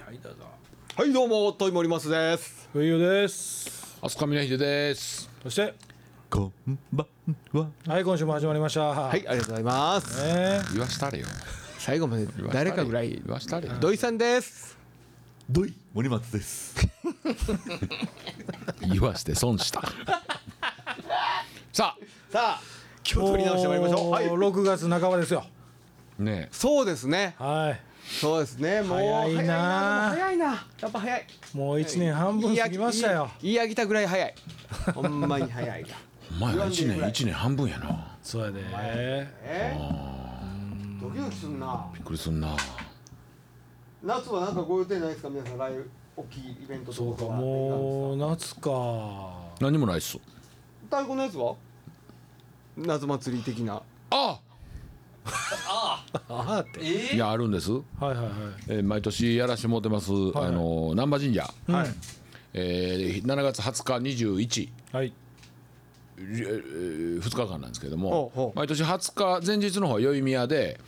はいどうぞ。 はいどうもトイモリマスです。 冬です。 飛鳥峰秀です。 そしてこんばんは。 はい今週も始まりました。 はい、ありがとうございます。 言わしたれよ。 最後まで誰かぐらい言わしたれよ。 土井さんです。 土井森松です。 言わして損した。ささあ今日取り直してまいりましょう。はい、 6月半ばですよ。 あねそうですね。 はいそうですね。もう早いな早いな。やっぱ早い。 もう1年半分過ぎましたよ。 言い上げたぐらい早い。ほんまに早い。 お前は1年半分やな。 そうやで。 ドキドキすんな。 びっくりすんな。 夏はなんかご予定ないですか皆さん。ライブ大きいイベントそうかとか。 もう夏か。 何もないっす。 太鼓のやつは夏祭り的な。 ああっていやあるんです。 はいはいはい毎年やらしてもらってます。 はい難波神社。 はい 7月20日21。 はい 2日間なんですけどほうもほう毎年20日前日の方は宵宮で、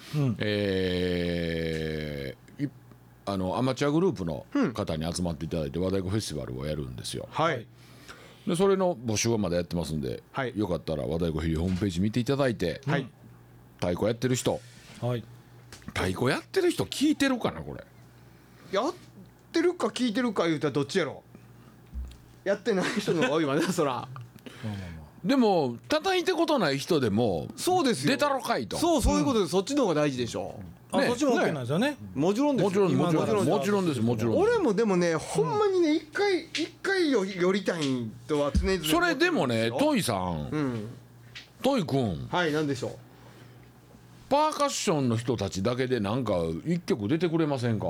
アマチュアグループの方に集まっていただいて和太鼓フェスティバルをやるんですよ。 はい。 でそれの募集はまだやってますんで、 はいよかったら和太鼓フィリホームページ見ていただいて、 はい。 太鼓やってる人はい太鼓やってる人聞いてるかなこれ。 やってるか聞いてるか言うたらどっちやろ。やってない人の方が多いわねそら。 でも叩いてことない人でもそうですよ。 出たろかいと。 そういうことで、そっちの方が大事でしょ。 ねあそっちも OK なんですよね。 もちろんですよ。 もちろん今もちろんですもちろんです。 俺もでもね、ほんまにね、一回寄りたいとは常々。 それでもねトイ。 イさん、 うん。 トイくんはい、なんでしょう。 パーカッションの人たちだけでなんか一曲出てくれませんか。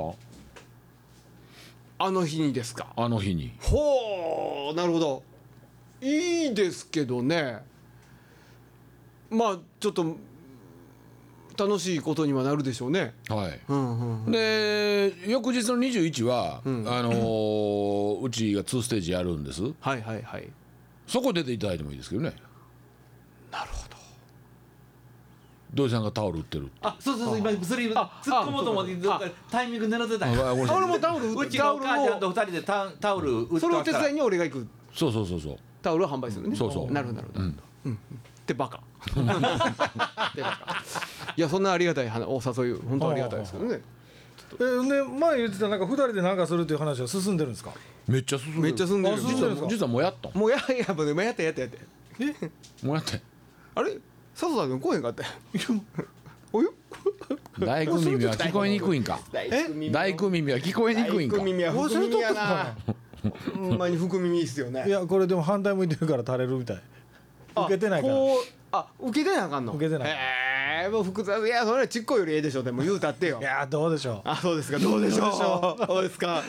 あの日にですか。 あの日に。 ほう、なるほど。いいですけどね。まあちょっと楽しいことにはなるでしょうね。 はい。 うんうん。 で翌日の21は、うちが2ステージやるんです。 はいはいはい。 そこ出ていただいてもいいですけどね。 なるほど。 土井さんがタオル売ってる。 あ、そう今それ突っ込もうと思ってどっかタイミング狙ってたんや。 ごめんなさい俺もタオルうちのお母ちゃんと二人でタオル売ってそれをますから。 手伝いに俺が行く。 そうそうそうそう。 タオルを販売するね。 そうそうなるほどなるほど。ってバカ。ってバカ。いやそんなありがたいお誘い本当ありがたいですけどね。 で前言ってたなんか2人でなんかするっていう話は進んでるんですか。 めっちゃ進んでる。 めっちゃ進んでる。 あ進んでるんですか実はもうやったん。 もうやばいやって。 もうやって。 あれ佐藤さんが来へんかったよ。およ。 大工耳は聞こえにくいんか。大工耳は聞こえにくいんか。 大工耳は福耳やな。ほんまに福耳ですよね。 いやこれでも反対向いてるから垂れるみたい。受けてないから。 受けてなあかんの。 受けてないもう複雑。いやそれちっこいよりええでしょ。でも言うたってよい。やどうでしょう。 そうですか。どうでしょう。そうですか。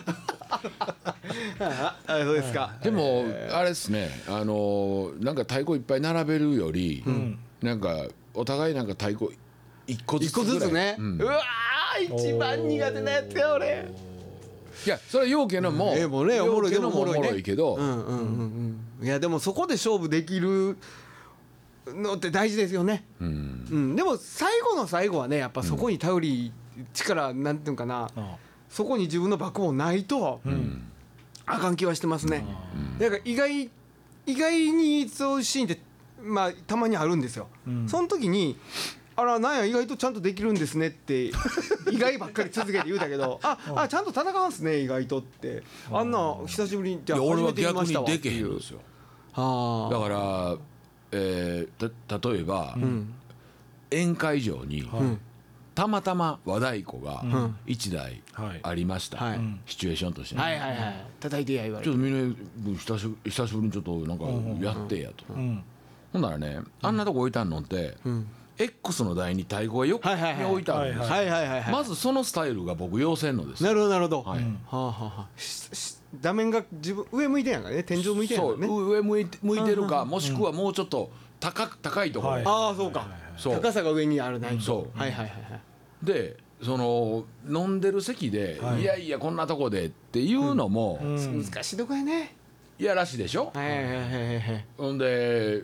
そうですか。 でもあれですね。なんか太鼓いっぱい並べるより、なんかお互いなんか太鼓一個ずつ一個ずつね。 うんうわー一番苦手なやつや俺。 いやそれは陽家のももうねおもろい陽家のもおもろいけど、 いやでもそこで勝負できるのって大事ですよね。でも最後の最後はねやっぱそこに頼り力なんていうかな、そこに自分のバックボーンないとあかん気はしてますね。だから意外にそういうシーンってまあたまにあるんですよ。その時にあらなんや意外とちゃんとできるんですねって意外ばっかり続けて言うたけどちゃんと戦うんすね意外とってあんな久しぶりにじゃあ初いや俺はめて見ましたわ逆にでっていうけへんんですよ。 はだから、例えば、宴会場に、たまたま和太鼓が1台ありました、 はいシチュエーションとしてね、 はいはいはい叩いてや言われてちょっとみんな久しぶりにちょっとなんかやってやと、ほんならねあんなとこ置いてあんのって、X の台に太鼓が横に置いてあるんですよ。 はいはいはいはいまずそのスタイルが僕要せんのですよ。 なるほどなるほど、 はいはあはあはあ画面が自分上向いてんやからね天井向いてんやそうからね上向いてるか、もしくはもうちょっと高いところ、 はいああそうか、 そう高さが上にあるないとそうはいはいはいはいでその飲んでる席で、いやいやこんなとこでっていうのも、 難しいとこやねいやらしいでしょ、 はいはいはいはいはいほんで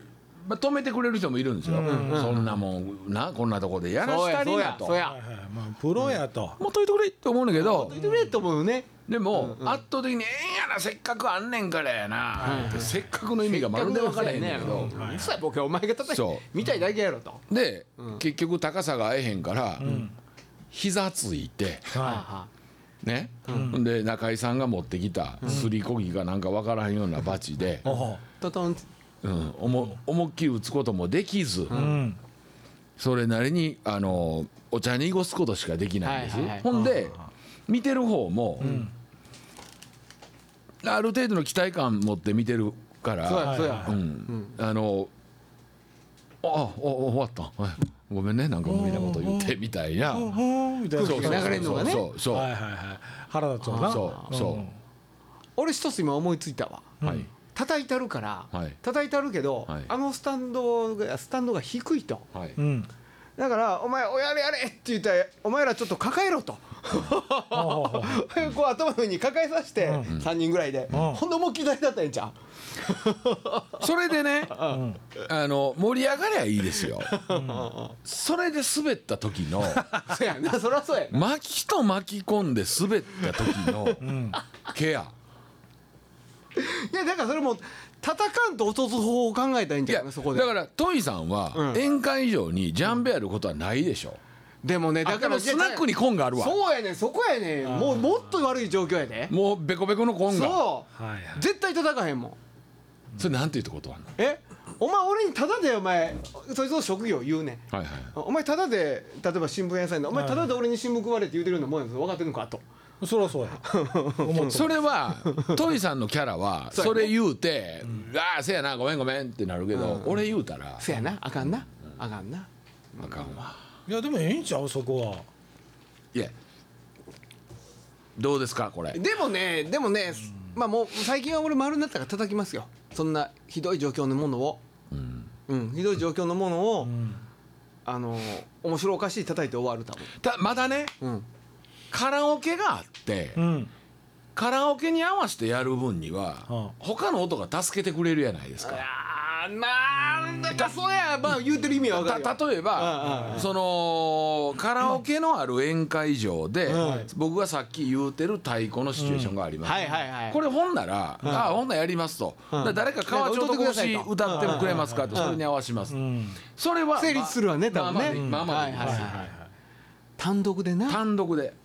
まあ、止めてくれる人もいるんですよ、そんなもんなこんなとこでやらしたりなとそうやはいはいまあプロやともっといてくれって思うんだけど、 言ってくれと思うよね。 でも、圧倒的にええんやなせっかくあんねんからやな、ってせっかくの意味がまるで分からへんねんけど、 そうやボケお前が叩いそうて見たいだけやろと。 で、結局高さが合えへんから、膝ついてはね、で中井さんが持ってきたすりこぎかなんか分からんようなバチで、 いおトトンって思いっきり打つこともできず、 うんそれなりにお茶に濁すことしかできないんです、 はいはいはいほんで見てる方も、ある程度の期待感持って見てるからそうやそうや終わったごめんねなんか無理なこと言ってみたいなみたいな空気が流れるのがね。 そうはいはいはい腹立つわなそう俺一つ今思いついたわ。 はい叩いてあるから、 はい叩いてあるけど、 はいあのスタンドが低いと。 はいうんだからお前おやれやれって言ったらお前らちょっと抱えろと。こう頭の上に抱えさせて3人ぐらいで、ほんで思いっきりだったらええんちゃう。 それでね盛り上がりゃいいですよそれで滑った時のそうやなそりゃそうやな。 巻きと巻き込んで滑った時のケアいやだからそれも叩かんと落とす方法を考えたらいいんいやじゃないそこで。 だからトイさんは宴会場にジャンベあることはないでしょ、 でもねだだかかららスナックにコンがあるわそうやねんそこやねんもっと悪い状況やで。 もうベコベコのコンがそうはいはい絶対叩かへんもん。 それなんて言うことはんのお前俺にタダでお前そいつの職業言うねん。 はいはいお前タダで例えば新聞屋さんでお前タダで俺に新聞配れって言うてるようなもんやぞ分かってるのかと。 そりゃそうや思ってそれはトイさんのキャラはそれ言うて「ああせやなごめんごめん」ってなるけど俺言うたらそやなあかんなあかんな。 あかんわいやでもええんちゃうそこはいやどうですかこれでもねまあもう最近は俺丸になったから叩きますよそんなひどい状況のものをひどい状況のものを面白おかしい叩いて終わる多まだね分。 カラオケがあってうんカラオケに合わせてやる分にうんは他の音が助けてくれるやないですかなんだかそうやまあ言うてる意味は分かるよ。 例えばそのカラオケのある宴会場で僕がさっき言うてる太鼓のシチュエーションがあります、 はいはいはい。 これほんなら、ああほんならやりますと、誰か川町と格子歌ってもくれますかとそれに合わします、それは成立するわね多分ね。 まあまあはいはいはい。単独でな。 単独で、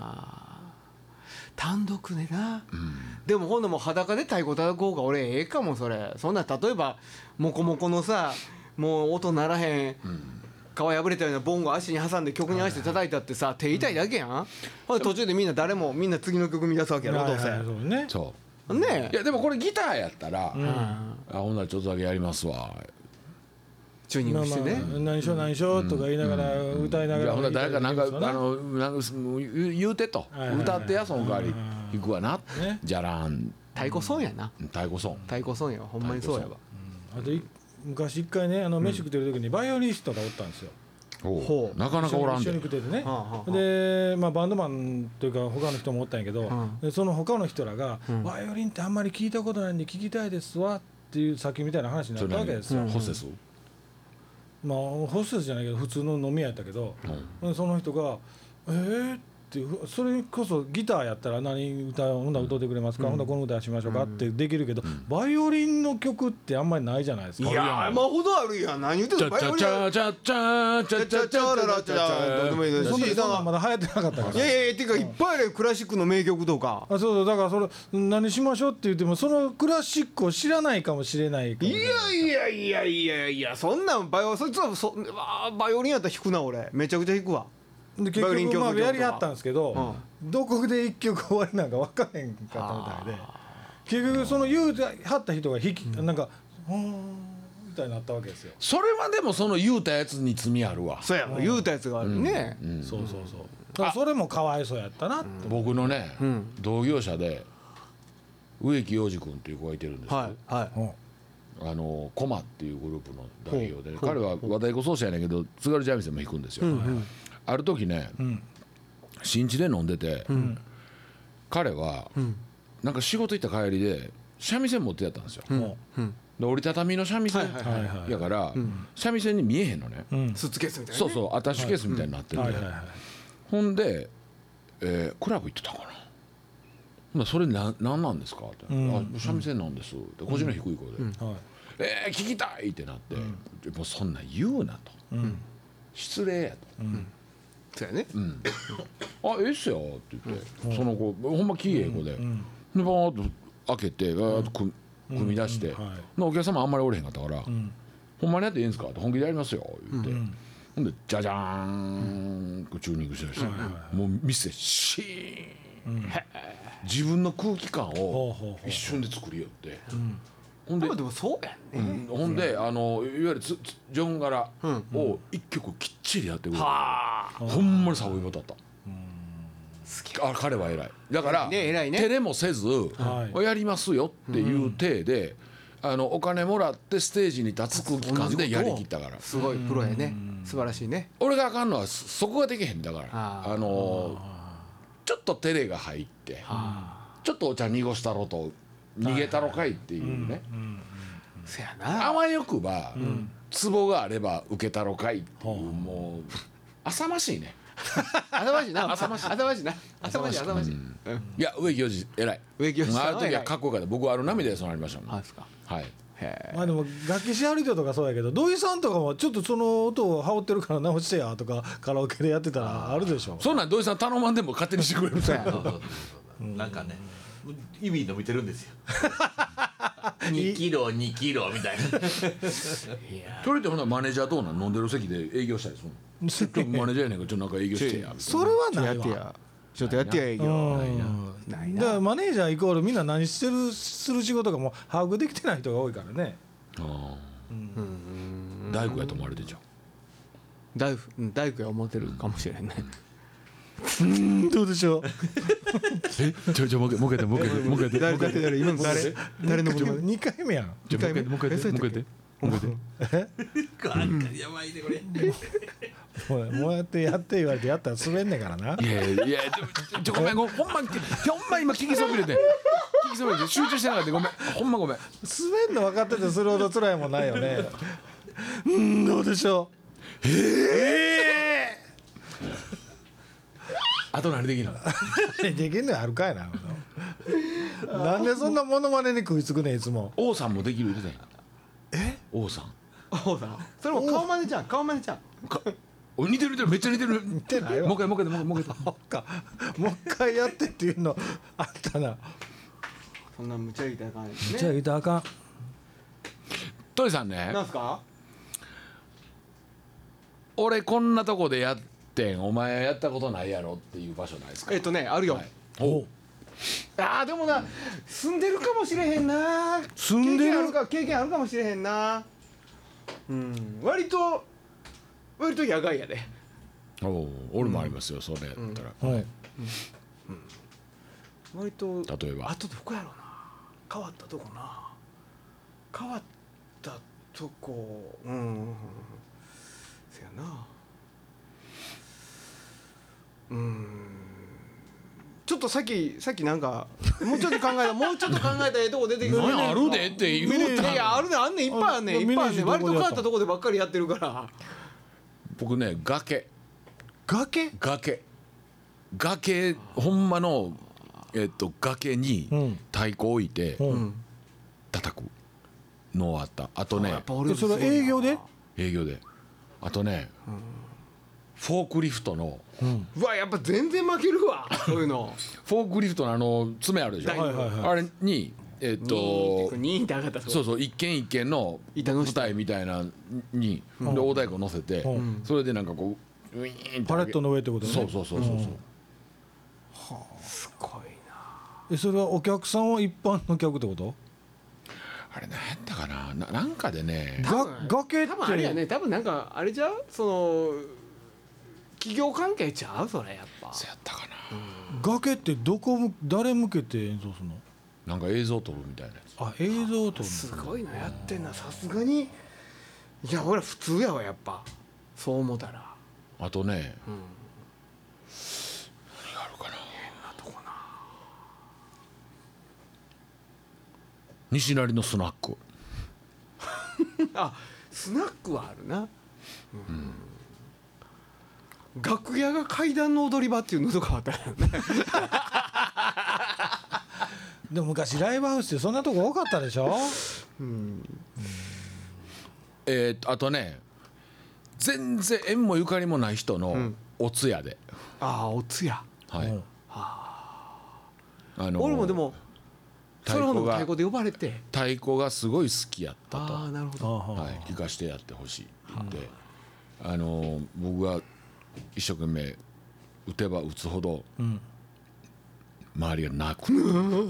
単独でな、でもほんでもう裸で太鼓叩く方が俺ええかもそれ。そんな例えばモコモコのさもう音ならへん、皮破れたようなボンゴ足に挟んで曲に合わせて叩いたってさ手痛いだけやん、ほんで途中でみんな次の曲見出すわけやろどうせ、 はいはいそうねそうねいやでもこれギターやったら、あほんならちょっとだけやりますわチューニングしてね、 何しよう何しようとか言いながら歌いながらじゃあほんなら誰かなんかそうななんか言うてと、 はいはいはい歌ってやその代わり弾くわな、 ねじゃらん太鼓損やな太鼓ソン太鼓損やわほんまにそうやわ。 あと昔一回ね飯食ってる時にバイオリニストがおったんですよほうなかなかおらん一緒にで食っててね、 はあはあで、まあ、バンドマンというか他の人もおったんやけど、でその他の人らが、バイオリンってあんまり聞いたことないんで聞きたいですわっていうさっきみたいな話になったわけですよ、 ホステスまあホステスじゃないけど普通の飲み屋やったけど、その人が「ってそれこそギターやったら何歌ほんだら歌ってくれますか、ほんだらこの歌しましょうかってできるけど、バイオリンの曲ってあんまりないじゃないですか。 いやーまほどあるやん何言ってんのバイオリンチャチャチャチャチャチャチャチャチャどうでもいいですしそんなんまだ流行ってなかったからいやいやてかいっぱいあるよクラシックの名曲とか。 あそうだからそれ何しましょうって言ってもそのクラシックを知らないかもしれないからいやそんなんそいつはバイオリンやったら弾くな俺めちゃくちゃ弾くわ。 で結バイオリン局まあ教の曲とかやりはったんですけど、どこで一曲終わりなんか分からへんかったみたいで結局その言うてはった人がなんか「ほーん」みたいになったわけですよ。 それはでもその言うたやつに罪あるわそうや言うたやつがあるね。 そうそうそうだからそれもかわいそうやったなって。 僕のね、同業者で植木洋二君っていう子がいてるんですけど、 はいはいコマっていうグループの代表で、彼は和太鼓奏者やねんけど津軽三味線も弾くんですよ、ある時ね、新地で飲んでて、彼は、なんか仕事行った帰りで三味線持ってやったんですよ、 で折りたたみの三味線はいはいはいはいやから三味線に見えへんのね、 うんスーツケースみたいなね。 そうそうアタッシュケースみたいになってて、 はいはいはいほんで、クラブ行ってたかな。ほんでそれなんですかって、あ三味線なんですって腰の低い声で、 はい聞きたいってなって、もうそんなん言うなと、失礼やと、 そうやね。 あええっすよって言って、その子ほんまきれい子で、でバーッと開けてバーッと組み出して、 はいでお客様あんまりおれへんかったから、ほんまにやっていいんですかって本気でやりますよ言って、ほんでじゃじゃーんとチューニングしました、もう店シーン、自分の空気感ほうほうをほう一瞬で作りよって、ほんでまあでもそうやんね。 ほんでいわゆるジョン柄を一曲きっちりやってくれる、ほんまにサボりもたった。あ彼は偉いだから、 ね偉いね照れもせず、 はいやりますよっていう体で、お金もらってステージに立つ空気感でやりきったから。 すごいプロやね。素晴らしいね。 俺があかんのはそこができへんだからあちょっと照れが入ってちょっとお茶濁したろと逃げたろかいっていうね、 そやな。 あわよくば壺があれば受けたろかいっていう、もう浅ましいね。 頭ましいな。頭ましいな。頭ましい。 いや植木教授偉い。 植木教授さんは偉いあの時はかっこよかった。僕は涙でそうなりましたもん。 あですか。 はい。 へまあでも楽器しはる人とかそうやけど土井さんとかもちょっとその音を羽織ってるから直してやとかカラオケでやってたらあるでしょ。 そんなん土井さん頼まんでも勝手にしてくれるんですよ。 なんかね意味伸びてるんですよ2キロ2キロみたいなそれってほなマネージャーどうなん飲んでる席で営業したりするの。ちょっとマネージャーやねんからちょっとなんか営業してや。 それはえ。 ないわ。 やってや。ちょっとやってや営業。ないだからな。 マネージャーイコールみんな何してるする仕事かも把握できてない人が多いからね。 大工やと思われてんじゃん。 大工や思ってるかもしれんね。 どうでしょう。 もう一回もう一回誰今の誰のこと 2回目やん。 もう一回もう一回もう一回なんかやばいねこれもうやって言われてやったら滑んねんからな。 いやごめんほんま今聞きそびれて集中してなかったごめんほんまごめん。 滑んの分かっててするほど辛いもんないよね。どうでしょあと何できんの。 う。できんのやあるかいな。なんでそんなモノマネに食いつくねんいつも。 王さんもできる言うてたやん。王さんそうだ。それも顔真似じゃん。顔真似じゃん。 似てるめっちゃ似てる。 似てないわ。 もう一回もう一回もう一回やってっていうのあったな。 そんな無茶言いたい感じじゃあね。 言うたらあかん。 トイさんねなんすか？ 俺こんなとこでやってんお前やったことないやろっていう場所ないですか。 あるよ。 おでもな住んでるかもしれへんな。 住んでる経験あるかもしれへんな。割と野外やで。 俺もありますよそれやったら。 はい。 割と例えばあとどこやろうな。変わったとこな。変わったとこせやな。ちょっとさっきなんかもうちょっと考えたとこ出てきて。 何やあるでって言うたいやあるねあんねんいっぱいあんねんいっぱいあんねん割と変わったとこでばっかりやってるから。 僕ね崖崖ほんまの崖に太鼓置いて叩くのあった。あとねそれは営業で営業であとねフォークリフトのうわやっぱ全然負けるわそういうの。 フォークリフトの爪あるでしょ。 はいはいはいあれに 2って上がったそうそう一軒一軒の舞台みたいなにで大太鼓乗せてそれでなんかこうウィーンってパレットの上ってことね。 そうすごいな。 それはお客さんは一般の客ってこと？ あれ何やったかななんかでね崖って多分あれやね多分なんかあれじゃうその企業関係ちゃうそれやっぱ。 そうやったかな崖って誰向けて演奏するの？ なんか映像撮るみたいなやつ。 あ映像とすごいのやってんなさすがに。いや俺普通やわやっぱそう思ったら。 あとね何があるかな西成のスナックあスナックはあるな、楽屋が階段の踊り場っていうのとかあったよねでも昔ライブハウスってそんなとこ多かったでしょ。 あとね全然縁もゆかりもない人のお通夜で、 ああお通夜、 はい俺もでもそれほど太鼓で呼ばれて太鼓がすごい好きやったと、 ああなるほど、 はい、聞かしてやってほしいって言って、僕が一生懸命打てば打つほど、周りが泣く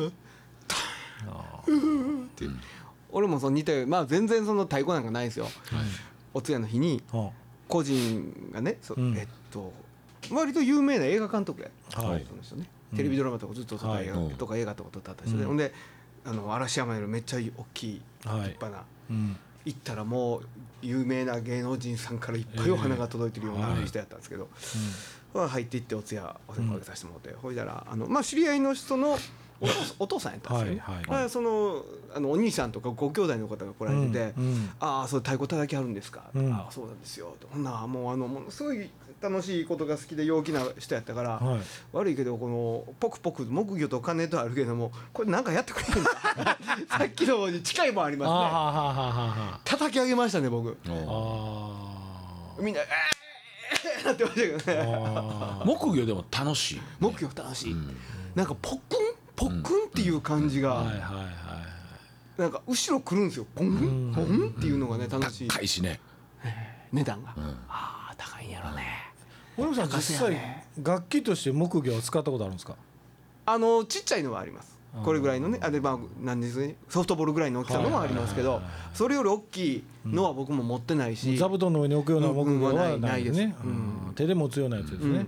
って俺もその似たようにまあ全然その太鼓なんかないですよ、お通夜の日に個人がね、割と有名な映画監督やその人ね、テレビドラマとかずっととか映画とか撮った人で、ほんで嵐山よりめっちゃ大きい立派な、行ったらもう有名な芸能人さんからいっぱいお花が届いてるような人やったんですけど、入っていってお通夜お世話させてもらって、ほいだら知り合いの人のお父さんやったんですよね、そのお兄さんとかご兄弟の方が来られてて「ああそう太鼓叩きあるんですか」ああそうなんですよ」ほんならもうものすごい楽しいことが好きで陽気な人やったから、悪いけどこのポクポク木魚と金とあるけどもこれなんかやってくれへんかさっきのに近いもんありますね。叩き上げましたね僕。みんななってましたけどね。 木魚でも楽しい、 木魚楽しい、なんかポックンっていう感じがなんか後ろ来るんですよ。ポンポンっていうのがね楽しい。 高いしね、 値段がああ高いんやろね。 森本さん実際楽器として木魚を使ったことあるんですか。 ちっちゃいのはあります。これぐらいのねなんですね、ソフトボールぐらいの大きさのはありますけど、それより大きいのは僕も持ってないし、 座布団の上に置くような木魚はないですね。手で持つようなやつですね。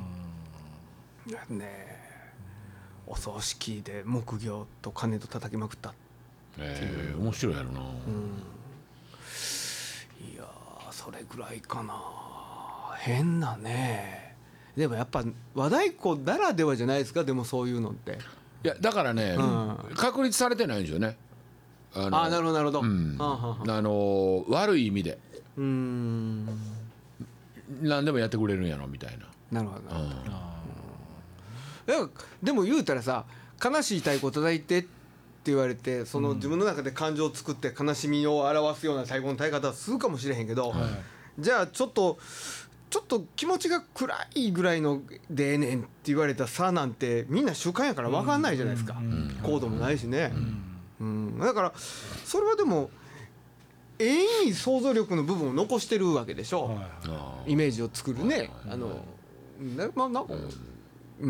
ねお葬式で木魚と鐘と叩きまくった面白いやろな。 いやそれぐらいかな。変なね。でもやっぱ和太鼓ならではじゃないですか。でもそういうのっていやだからね、確立されてないんですよね。 なるほどなるほど、悪い意味で何でもやってくれるんやろみたいな。 なるほど。でも言うたらさ、悲しい太鼓叩いてって言われて、その自分の中で感情を作って悲しみを表すような太鼓の叩き方はするかもしれへんけど、じゃあちょっと気持ちが暗いぐらいのでええねんって言われたさなんてみんな主観やから分かんないじゃないですか。コードもないしね。だからそれはでも永遠に想像力の部分を残してるわけでしょ。イメージを作るね。う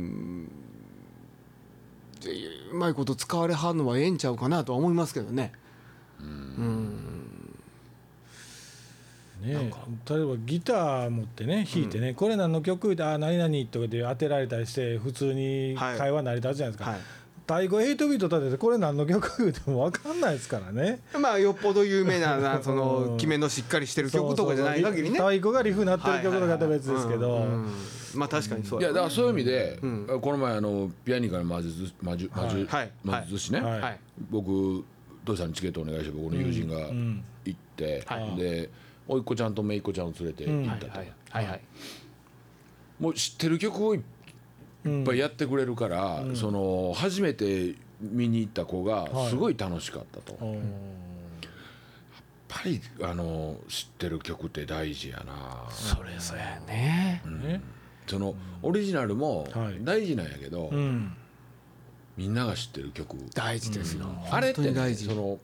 まいこと使われはんのはええんちゃうかなとは思いますけどね。 例えばギター持ってね弾いてね、これ何の曲で何々とかで当てられたりして普通に会話成り立つじゃないですか。太鼓8ビート立ててこれ何の曲言うても分かんないですからね。 よっぽど有名なその決めのしっかりしてる曲とかじゃない限りね。 太鼓がリフになってる曲とかと別ですけど、 確かにそういやだからそういう意味で、この前ピアニカの魔術師ね、僕土井さんにチケットお願いして僕の友人が行って、でおいっ子ちゃんとめいっ子ちゃんを連れて行ったと。もう知ってる曲をいっぱいやってくれるから、その初めて見に行った子がすごい楽しかったと。やっぱり知ってる曲って大事やな。 それそうやね。 そのオリジナルも大事なんやけど、みんなが知ってる曲大事ですよ。 あれってね、その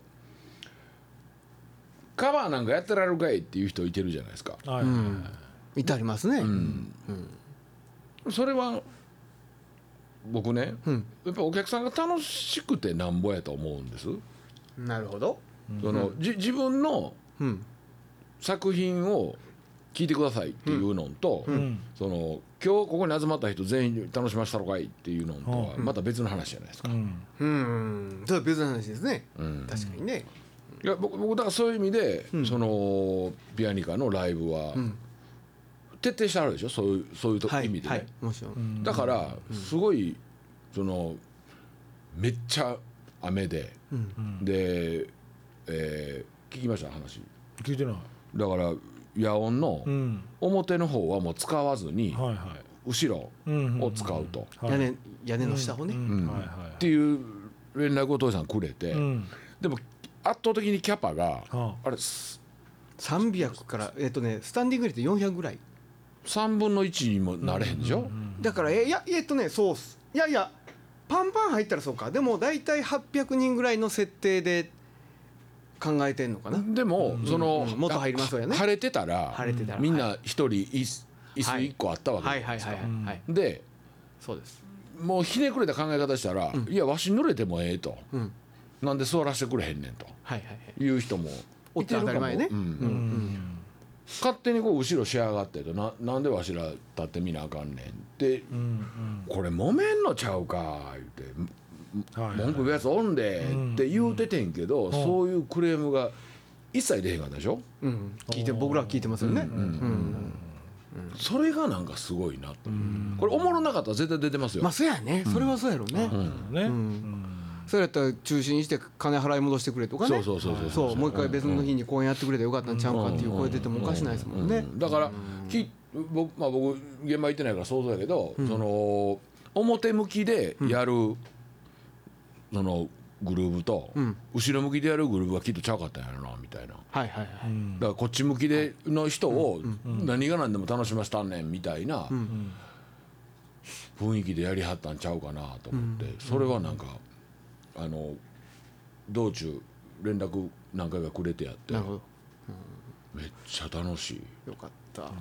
カバーなんかやってられるかいっていう人いてるじゃないですか。 いてありますね。 それは僕ね、やっぱお客さんが楽しくてなんぼやと思うんです。 なるほど。 その自分の作品を聴いてくださいっていうのと、その今日ここに集まった人全員楽しませたのかいっていうのとはまた別の話じゃないですか。 それは別の話ですね。確かにね。 いや僕だからそういう意味で、そのピアニカのライブは徹底してあるでしょ、そういう意味でね。だからすごいそのめっちゃ雨で、で、昨聞きました話。 聞いてない。 だから野音のうん表の方はもう使わずにはいはい後ろを使うと、 はい屋根の下をね、 うんはいはいっていう連絡を父さんくれて、 うんでも圧倒的にキャパがはあれ 300からスタンディング入れて400ぐらい 3分の1にもなれへんでしょ、 だからそうっす。いやいやパンパン入ったらそうか。でも大体800人ぐらいの設定で考えてんのかな。 でも、その、 もっと入りますよね晴れてたら晴れてたらみんな一人椅子1個あったわけじはいはいゃないですか、 はいはいはい。 でそうです。 もうひねくれた考え方したら、いやわし濡れてもええと、 うんなんで座らせてくれへんねんとはいはいはい。 いう人もおっていてるかも、 当たり前ね。 うん勝手にこう後ろしやがってとなんでわしら立ってみなあかんねんって、これ揉めんのちゃうか言うて、 はい文句言うやつおんでって言うててんけど、そういうクレームが一切出へんかったでしょ、 僕らは聞いてますよね。 それがなんかすごいなと、これおもろなかったら絶対出てますよ、 まあそうやね。それはそうやろうね。 ねそれやったら中止にして金払い戻してくれとかね。 そうそうもう一回別の日に公演やってくれてよかったんちゃうかっていう声出てもおかしないですもんね。 だから僕現場行ってないから想像やけど、その表向きでやる、そのグルーブと、後ろ向きでやるグルーブはきっとちゃうかったんやろなみたいな、 はいはいはい。 だからこっち向きでの人を何が何でも楽しませたんねんみたいな雰囲気でやりはったんちゃうかなと思って、それはなんか道中連絡何回かくれてやってなるほど。 めっちゃ楽しい。 よかった。いや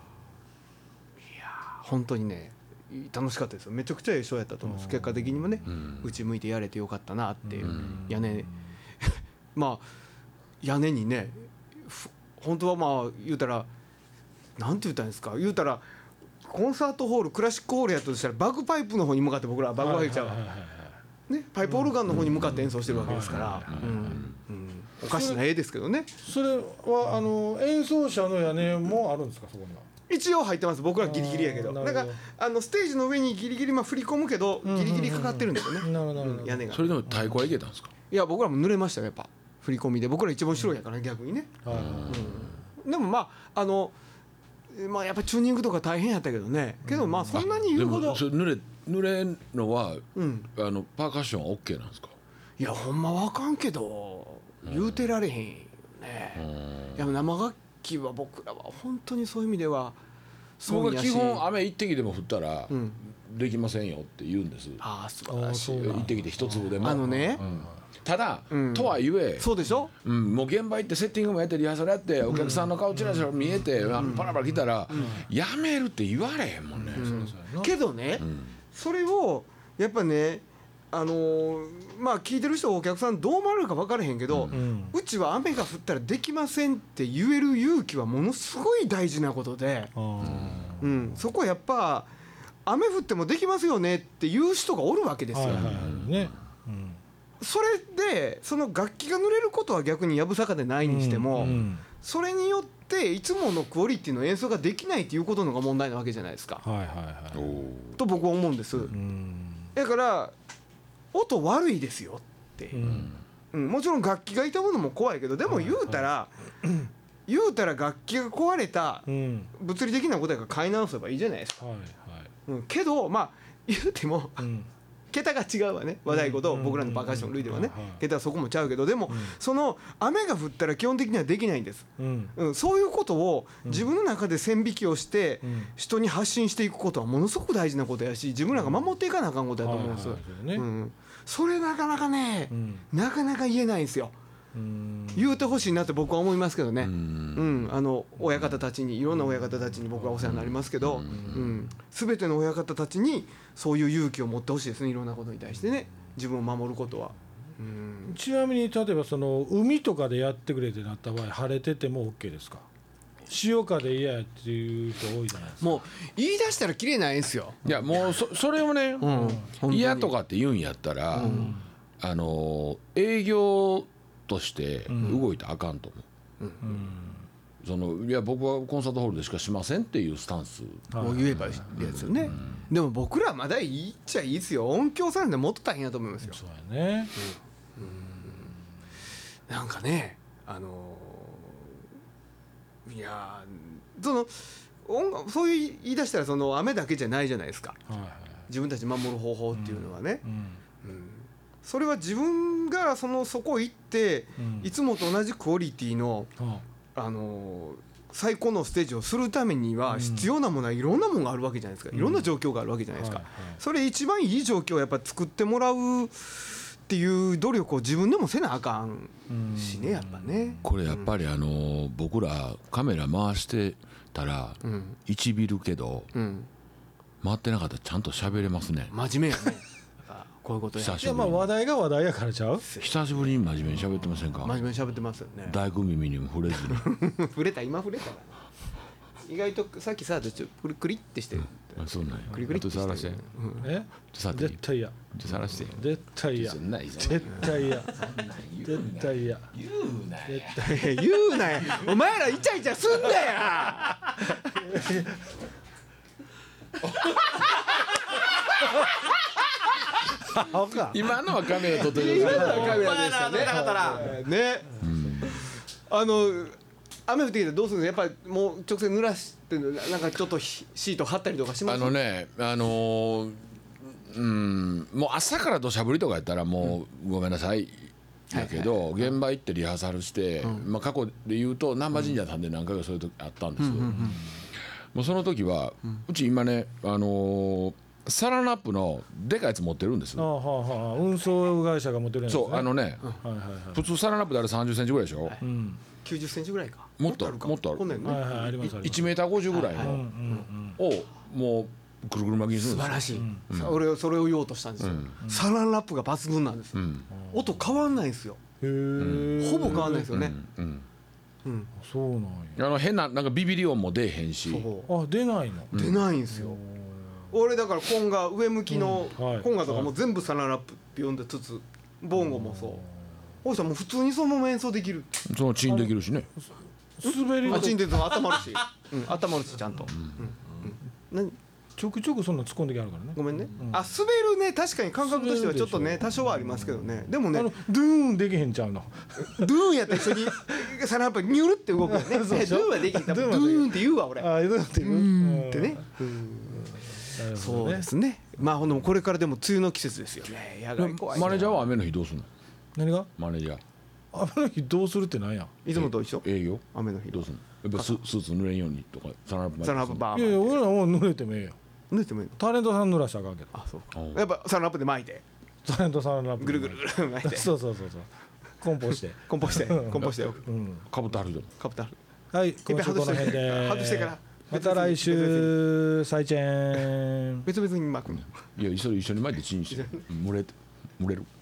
ー本当にね楽しかったですよ。めちゃくちゃいいショーやったと思うんです。結果的にもね、うち向いてやれてよかったなっていう、屋根まあ屋根にね本当はまあ言うたらなんて言ったんですか、言うたらコンサートホールクラシックホールやったとしたらバグパイプの方に向かって僕らはバグパイプちゃうわね、パイプオルガンの方に向かって演奏してるわけですからおかしな絵ですけどね。 それは演奏者の屋根もあるんですか、そこには。 一応入ってます。僕らギリギリやけど、なんかステージの上にギリギリ振り込むけどギリギリかかってるんですよね、 なるほどなるほど屋根が。 それでも太鼓はいけたんですか？ いや僕らも濡れましたよやっぱ振り込みで。僕ら一番後ろやからね逆にね。 はいはいでもまあまあやっぱチューニングとか大変やったけどね。けどまあそんなに言うほどでもそれ濡れんのは、パーカッションは OK なんですか？ いやほんまわかんけど言うてられへんよね。いや生楽器は僕らは本当にそういう意味では僕は基本あ雨一滴でも降ったらできませんよって言うんです。 あ素晴らしい。 一滴で一粒でもね、 ただ、とはいえそうでしょ。 もう現場行ってセッティングもやってリハーサルやってお客さんの顔ちらちら見えてパラパラ来たらやめるって言われへんもんね。 けどね、それをやっぱねまあ聞いてる人お客さんどう思われるか分からへんけど、うちは雨が降ったらできませんって言える勇気はものすごい大事なことで、そこはやっぱ雨降ってもできますよねって言う人がおるわけですよ。 ねそれでその楽器が濡れることは逆にやぶさかでないにしても、それによっていつものクオリティの演奏ができないっていうことのが問題なわけじゃないですか、 はいはいはいと僕は思うんです。だから音悪いですよって、もちろん楽器が傷むのも怖いけど、でも言うたら楽器が壊れた物理的なことやから買い直せばいいじゃないですか。けどまあ言うても桁が違うわね、和太鼓と僕らのパーカッション類ではね、桁はそこもちゃうけど、でもその雨が降ったら基本的にはできないんです。そういうことを自分の中で線引きをして人に発信していくことはものすごく大事なことやし、自分らが守っていかなあかんことやと思うんです。それなかなかね、なかなか言えないんですよ。言うてほしいなって僕は思いますけどね。親方たちに、いろんな親方たちに僕はお世話になりますけど、全ての親方たちにそういう勇気を持ってほしいですね。いろんなことに対してね、自分を守ることは。 ちなみに例えばその海とかでやってくれってなった場合、晴れてても OK ですか？潮風嫌やっていう人多いじゃないですか。 もう言い出したら綺麗ないんですよ。 いやもうそれをね、嫌とかって言うんやったら、営業として動いたらあかんと思う。いや僕はコンサートホールでしかしませんっていうスタンスを言えばいいですよね。でも僕らはまだいいっちゃいいですよ。音響さんでもっと大変だと思いますよ。 そうやね。 なんかねいやその音楽そういう言い出したらその雨だけじゃないじゃないですか、 はいはい、 自分たち守る方法っていうのはね、 うんそれは自分がそこ行って、いつもと同じクオリティの、最高のステージをするためには必要なものはいろんなものがあるわけじゃないですか、いろんな状況があるわけじゃないですか、それ一番いい状況をやっぱ作ってもらうっていう努力を自分でもせなあかんしね、やっぱね。 これやっぱり僕らカメラ回してたら1ビルけど、回ってなかったらちゃんと喋れますね。 真面目やねこういうことや。 いやまあ話題が話題やからちゃう。 久しぶりに真面目に喋ってませんか。 真面目に喋ってますよね。 大工耳にも触れずに触れた今触れたから意外とさっきさクリってしてる、 そうなんや。 クリクリってしてる、 え絶対嫌、 さらして絶対嫌、絶対嫌、絶対嫌、 言うなよお前らイチャイチャすんなや今のはカメラ撮ってる。 今のはカメラでしたね。ね、雨降ってきたらどうするの？やっぱりもう直接濡らしてなんかちょっとシート貼ったりとかします？ もう朝から土砂降りとかやったらもうごめんなさいだけど、現場行ってリハーサルして、過去で言うと難波神社さんで何回かそういう時あったんですよ。もうその時はうち今ねサランラップのでかいやつ持ってるんです。 運送会社が持ってるんですね。 そう普通サランラップであれ30センチぐらいでしょ。 90センチぐらいか。 もっとある。1メーター50ぐらいのをもうぐるぐる巻きにするんです。 素晴らしい。俺それを言おうとしたんですよ。サランラップが抜群なんです。音変わんないんですよ。ほぼ変わんないですよね。 そうなんや。 変ななんかビビリ音も出えへんし。 出ないの？ 出ないんですよ。俺だからコンガ上向きのコンガとかも全部サランラップって呼んでつつ、ボンゴもそう。おいさんもう普通にそのまま演奏できる。 そのチンできるしね。 滑りチンで温まるし、温まるしちゃんと。 ちょくちょくそんな突っ込んできあるからね。 ごめんね。滑るね、確かに感覚としてはちょっとね多少はありますけどね。でもね、 ドゥーンできへんちゃうの。 ドゥーンやったら一緒にサランラップニュルって動くよね。ドゥーンはできん。ドゥーンって言うわ俺。 あ、ドゥーンって言う。 ってね。そうですね。まあほんでこれからでも梅雨の季節ですよね。 マネージャーは雨の日どうするの？ 何が？ マネージャー。 雨の日どうするってなんや？ いつもと一緒？ 営業？ 雨の日どうするの？やっぱスーツ濡れんようにとかサランラップ。 サランラップバー。 いやいや俺らもう濡れてもええよ。 濡れてもいいの？ タレントさん濡らしたらあかんけど。 あ、そうか。やっぱサランラップで巻いて。 タレントさんラップ。 ぐるぐるぐる巻いて。 そう梱包して。 梱包しておく。 かぶってあるじゃん。 かぶってある。 はい、今週この辺で。 外してから。 また来週再チェン。 別々に巻くの。 いやそれ一緒に巻いてチンして蒸れる。